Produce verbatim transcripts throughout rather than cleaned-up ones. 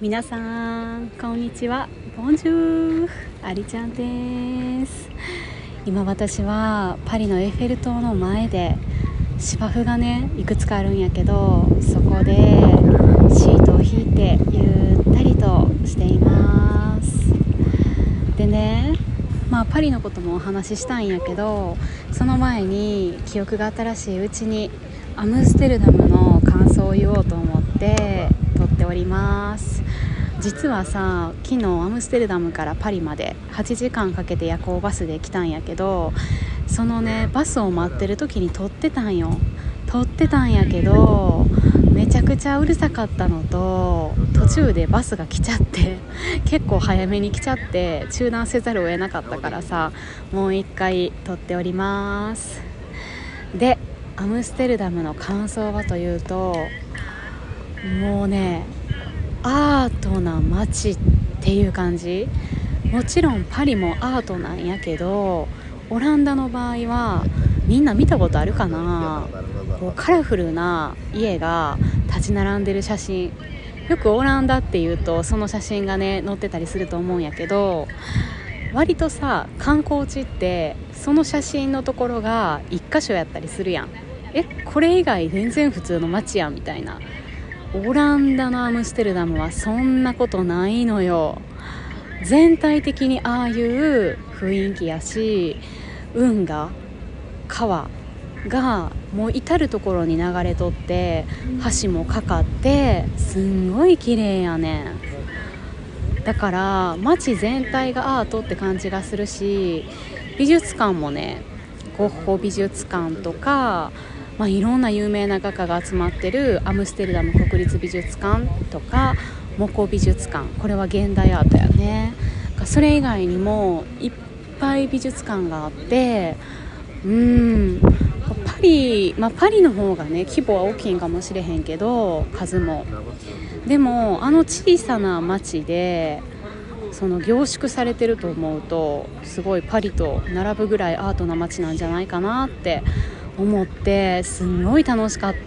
皆さんこんにちは、ボンジュール、アリちゃんです。今私はパリのエッフェル塔の前で芝生がねいくつかあるんやけど、そこでシートを引いてゆったりとしています。でね、まあパリのこともお話ししたんやけど、その前に記憶が新しいうちにアムステルダムの感想を言おうと思って撮っております。実はさ、昨日アムステルダムからパリまではちじかんかけて夜行バスで来たんやけど、そのねバスを待ってる時に撮ってたんよ撮ってたんやけどめちゃくちゃうるさかったのと、途中でバスが来ちゃって結構早めに来ちゃって中断せざるを得なかったからさ、もう一回撮っております。で、アムステルダムの感想はというと、もうねアートな街っていう感じ。もちろんパリもアートなんやけど、オランダの場合はみんな見たことあるかな、こうカラフルな家が立ち並んでる写真、よくオランダっていうとその写真がね載ってたりすると思うんやけど、割とさ観光地ってその写真のところが一箇所やったりするやん。えこれ以外全然普通の街やんみたいな。オランダのアムステルダムはそんなことないのよ。全体的にああいう雰囲気やし、運河、川がもう至る所に流れとって、橋もかかってすんごい綺麗やねん。だから街全体がアートって感じがするし、美術館もね、ゴッホ美術館とか、まあ、いろんな有名な画家が集まってるアムステルダム国立美術館とかモコ美術館、これは現代アートやね。それ以外にもいっぱい美術館があって、うーんパリ、まあ、パリの方がね規模は大きいんかもしれへんけど、数もでもあの小さな街でその凝縮されてると思うと、すごいパリと並ぶぐらいアートな街なんじゃないかなって思って、すんごい楽しかった。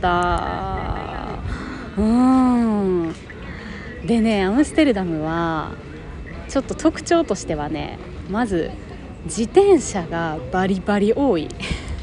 うーんでね、アムステルダムはちょっと特徴としてはね、まず自転車がバリバリ多い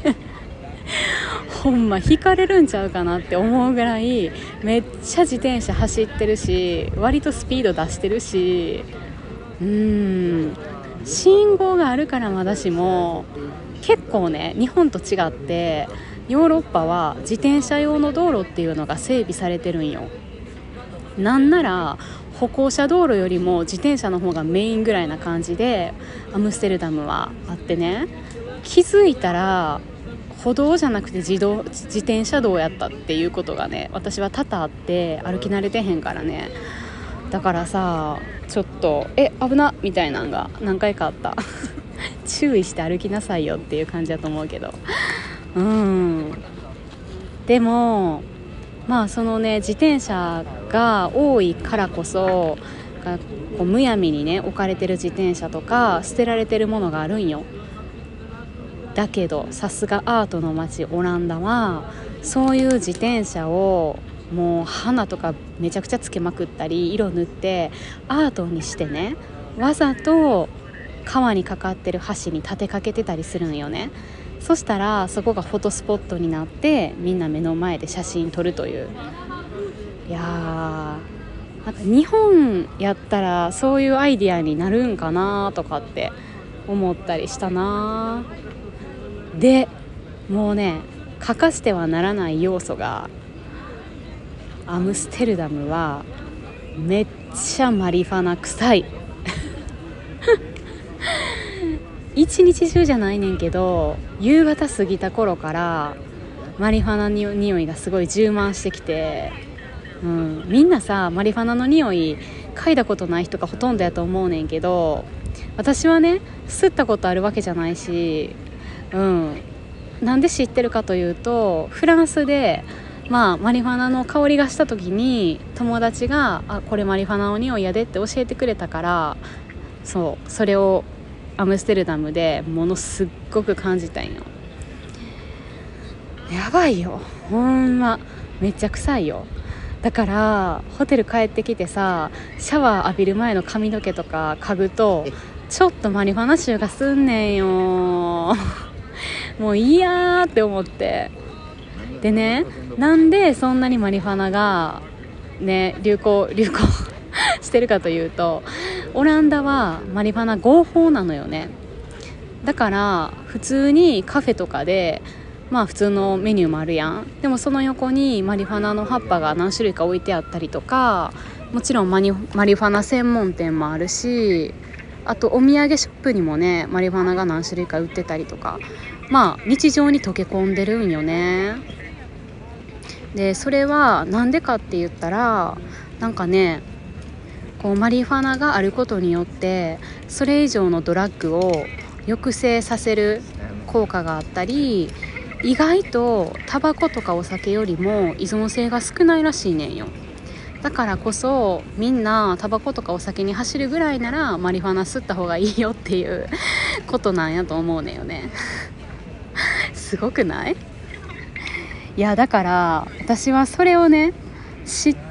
ほんま引かれるんちゃうかなって思うぐらいめっちゃ自転車走ってるし、割とスピード出してるし、うーん信号があるからまだしも、結構ね日本と違ってヨーロッパは自転車用の道路っていうのが整備されてるんよ。なんなら歩行者道路よりも自転車の方がメインぐらいな感じでアムステルダムはあってね、気づいたら歩道じゃなくて自動自転車道やったっていうことがね、私は多々あって、歩き慣れてへんからね。だからさ、ちょっとえ危なみたいなのが何回かあった注意して歩きなさいよっていう感じだと思うけど、うんでもまあそのね自転車が多いからこそ、こうむやみにね置かれてる自転車とか捨てられてるものがあるんよ。だけどさすがアートの街オランダは、そういう自転車をもう花とかめちゃくちゃつけまくったり色塗ってアートにしてね、わざと川にかかってる橋に立てかけてたりするんよね。そしたらそこがフォトスポットになってみんな目の前で写真撮るという。いやーなんか日本やったらそういうアイディアになるんかなとかって思ったりしたな。でもうね欠かしてはならない要素が、アムステルダムはめっちゃマリファナ臭い一日中じゃないねんけど、夕方過ぎた頃からマリファナの匂いがすごい充満してきて、うん、みんなさマリファナの匂い嗅いだことない人がほとんどやと思うねんけど、私はね吸ったことあるわけじゃないし、うん、なんで知ってるかというと、フランスでまあマリファナの香りがした時に友達があこれマリファナの匂いやでって教えてくれたから、そうそれをアムステルダムでものすっごく感じたんよ。やばいよほんま、めっちゃ臭いよ。 だからホテル帰ってきてさ、シャワー浴びる前の髪の毛とか嗅ぐとちょっとマリファナ臭がすんねんよもういいやーって思って。でね、なんでそんなにマリファナがね流行流行してるかというと、オランダはマリファナ合法なのよね。だから普通にカフェとかでまあ普通のメニューもあるやん。でもその横にマリファナの葉っぱが何種類か置いてあったりとか、もちろんマニマリファナ専門店もあるし、あとお土産ショップにもねマリファナが何種類か売ってたりとか、まあ日常に溶け込んでるんよね。でそれはなんでかって言ったら、なんかねこうマリファナがあることによってそれ以上のドラッグを抑制させる効果があったり、意外とタバコとかお酒よりも依存性が少ないらしいねんよ。だからこそみんなタバコとかお酒に走るぐらいならマリファナ吸った方がいいよっていうことなんやと思うねんよねすごくない？いやだから私はそれをね知って、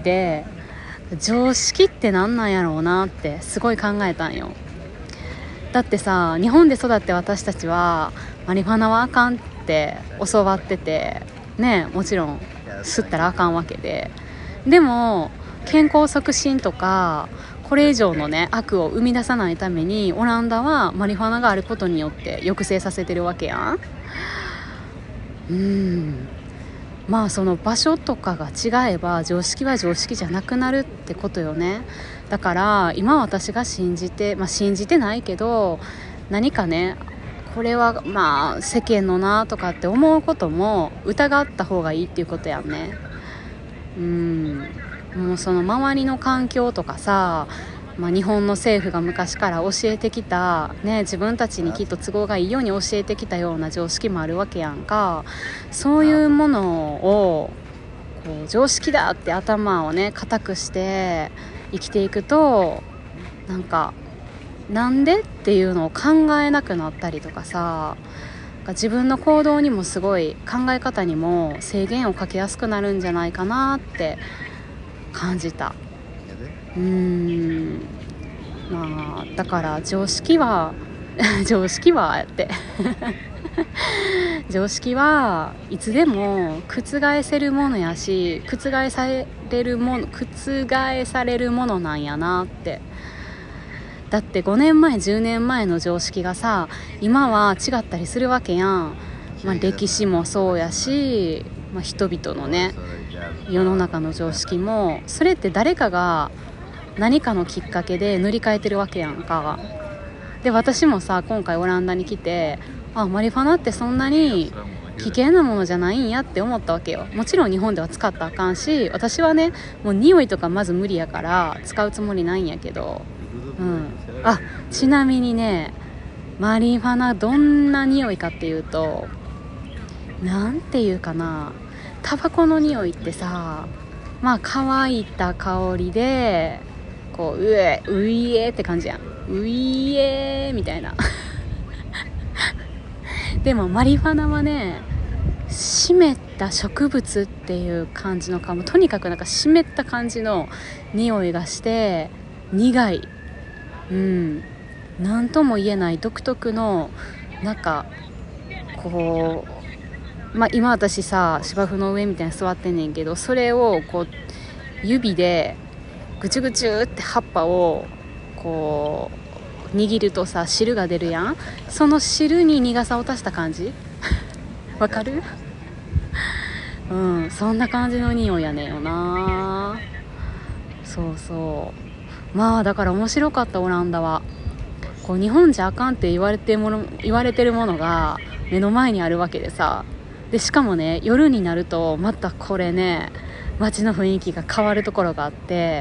常識ってなんなんやろうなってすごい考えたんよ。だってさ、日本で育って私たちはマリファナはあかんって教わっててね、もちろん吸ったらあかんわけで、でも健康促進とかこれ以上のね悪を生み出さないためにオランダはマリファナがあることによって抑制させてるわけやん。うーんまあその場所とかが違えば常識は常識じゃなくなるってことよね。だから今私が信じて、まあ信じてないけど何かねこれはまあ世間のなとかって思うことも疑った方がいいっていうことやんね。うーんもうその周りの環境とかさ、まあ、日本の政府が昔から教えてきた、ね、自分たちにきっと都合がいいように教えてきたような常識もあるわけやんか。そういうものをこう常識だって頭をね固くして生きていくと、なんかなんでっていうのを考えなくなったりとかさ、自分の行動にもすごい考え方にも制限をかけやすくなるんじゃないかなって感じた。うーんまあだから常識は常識はやって常識はいつでも覆せるものやし、覆されるもの覆されるものなんやなって。だってごねんまえじゅうねんまえの常識がさ今は違ったりするわけやん。まあ、歴史もそうやし、まあ、人々のね世の中の常識もそれって誰かが何かのきっかけで塗り替えてるわけやんか。で私もさ今回オランダに来て、あマリファナってそんなに危険なものじゃないんやって思ったわけよ。もちろん日本では使ったらあかんし、私はねもう匂いとかまず無理やから使うつもりないんやけど、うん、あちなみにねマリファナどんな匂いかっていうと、なんていうかな、タバコの匂いってさまあ乾いた香りでこううえういえって感じやん。ういえみたいなでもマリファナはね湿った植物っていう感じのかも、とにかくなんか湿った感じの匂いがして苦い、うんなんとも言えない独特のなんかこう、まあ、今私さ芝生の上みたいに座ってんねんけど、それをこう指でぐちゅぐちゅって葉っぱをこう握るとさ汁が出るやん。その汁に苦さを足した感じわかる？うんそんな感じの匂いやねんよな。そうそうまあだから面白かった。オランダはこう日本じゃあかんって言われてるもの言われてるものが目の前にあるわけでさ、でしかもね夜になるとまたこれね街の雰囲気が変わるところがあって、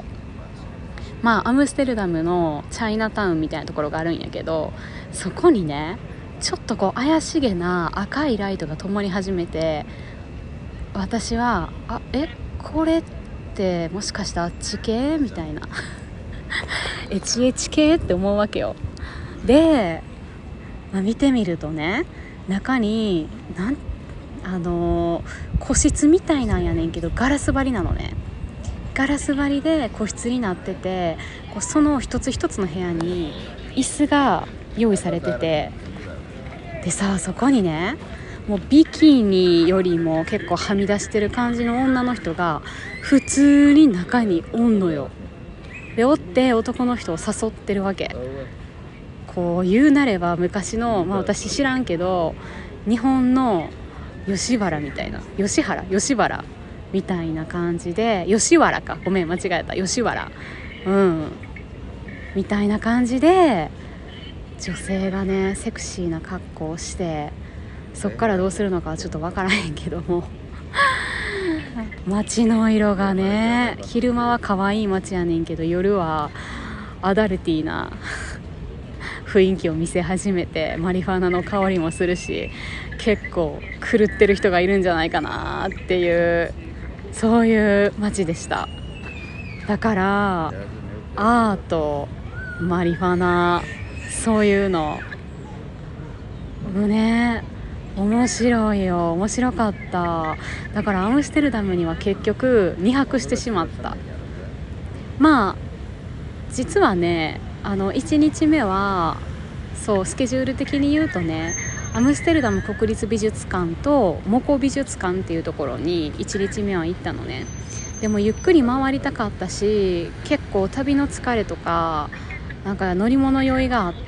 まあアムステルダムのチャイナタウンみたいなところがあるんやけど、そこにねちょっとこう怪しげな赤いライトが灯り始めて、私はあえこれってもしかしてあっち系みたいなエチエチ系って思うわけよ。で、まあ、見てみるとね中になんあのー、個室みたいなんやねんけどガラス張りなのね。 ガラス張りで個室になってて、こうその一つ一つの部屋に椅子が用意されてて、でさ、そこにね、もうビキニよりも結構はみ出してる感じの女の人が普通に中におんのよ。でおって男の人を誘ってるわけ。こう言うなれば昔の、まあ、私知らんけど日本の吉原みたいな、吉原吉原みたいな感じで、吉原か、ごめん間違えた、吉原、うんみたいな感じで女性がねセクシーな格好をして、そっからどうするのかはちょっと分からへんけども街の色がね、昼間は可愛い街やねんけど夜はアダルティーな雰囲気を見せ始めて、マリファナの香りもするし、結構狂ってる人がいるんじゃないかなっていう、そういう街でした。だからアート、マリファナ、そういうのもね面白いよ。面白かった。だからアムステルダムには結局にはくしてしまった。まあ実はね、あのいちにちめはそうスケジュール的に言うとね、アムステルダム国立美術館とモコ美術館っていうところにいちにちめは行ったのね。でもゆっくり回りたかったし、結構旅の疲れとかなんか乗り物酔いがあって、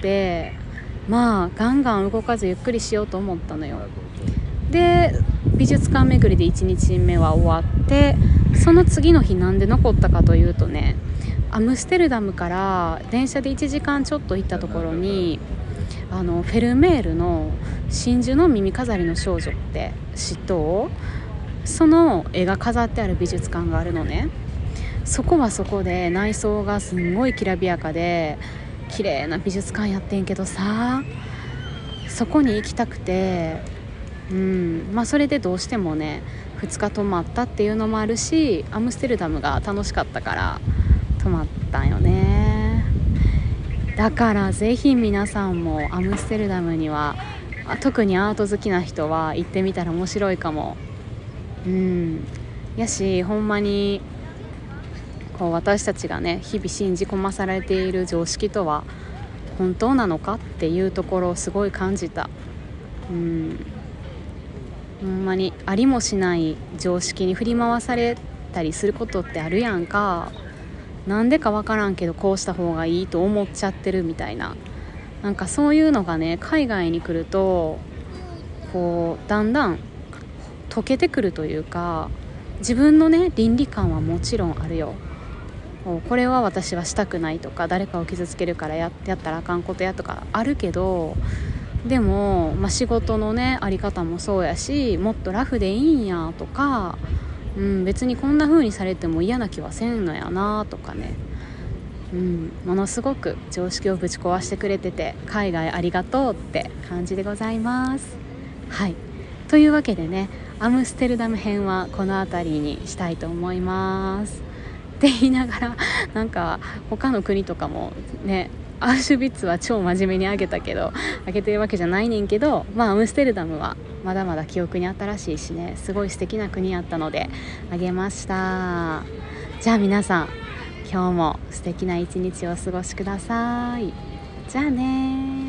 まあガンガン動かずゆっくりしようと思ったのよ。で美術館巡りでいちにちめは終わって、その次の日なんで残ったかというとね、アムステルダムから電車でいちじかんちょっと行ったところに、あのフェルメールの真珠の耳飾りの少女って知っとう？その絵が飾ってある美術館があるのね。そこはそこで内装がすんごいきらびやかで綺麗な美術館やってんけどさ、そこに行きたくて、うんまあそれでどうしてもねふつか泊まったっていうのもあるし、アムステルダムが楽しかったから泊まったんよね。だからぜひ皆さんもアムステルダムには、特にアート好きな人は行ってみたら面白いかも。うんやし、ほんまにこう私たちがね日々信じ込まされている常識とは本当なのかっていうところをすごい感じた。うんほんまにありもしない常識に振り回されたりすることってあるやんか。なんでかわからんけどこうした方がいいと思っちゃってるみたいな、なんかそういうのがね海外に来るとこうだんだん溶けてくるというか、自分のね倫理観はもちろんあるよ。これは私はしたくないとか、誰かを傷つけるから や, やったらあかんことやとかあるけど、でも、まあ、仕事のねあり方もそうやし、もっとラフでいいんやとか、うん、別にこんな風にされても嫌な気はせんのやなとかね、うん、ものすごく常識をぶち壊してくれてて、海外ありがとうって感じでございます。はい、というわけでね、アムステルダム編はこの辺りにしたいと思いますって言いながら、なんか他の国とかもね、アウシュビッツは超真面目にあげたけど、あげてるわけじゃないねんけど、まあアムステルダムはまだまだ記憶に新しいしね、すごい素敵な国やったのであげました。じゃあ皆さん、今日も素敵な一日をお過ごしください。じゃあね。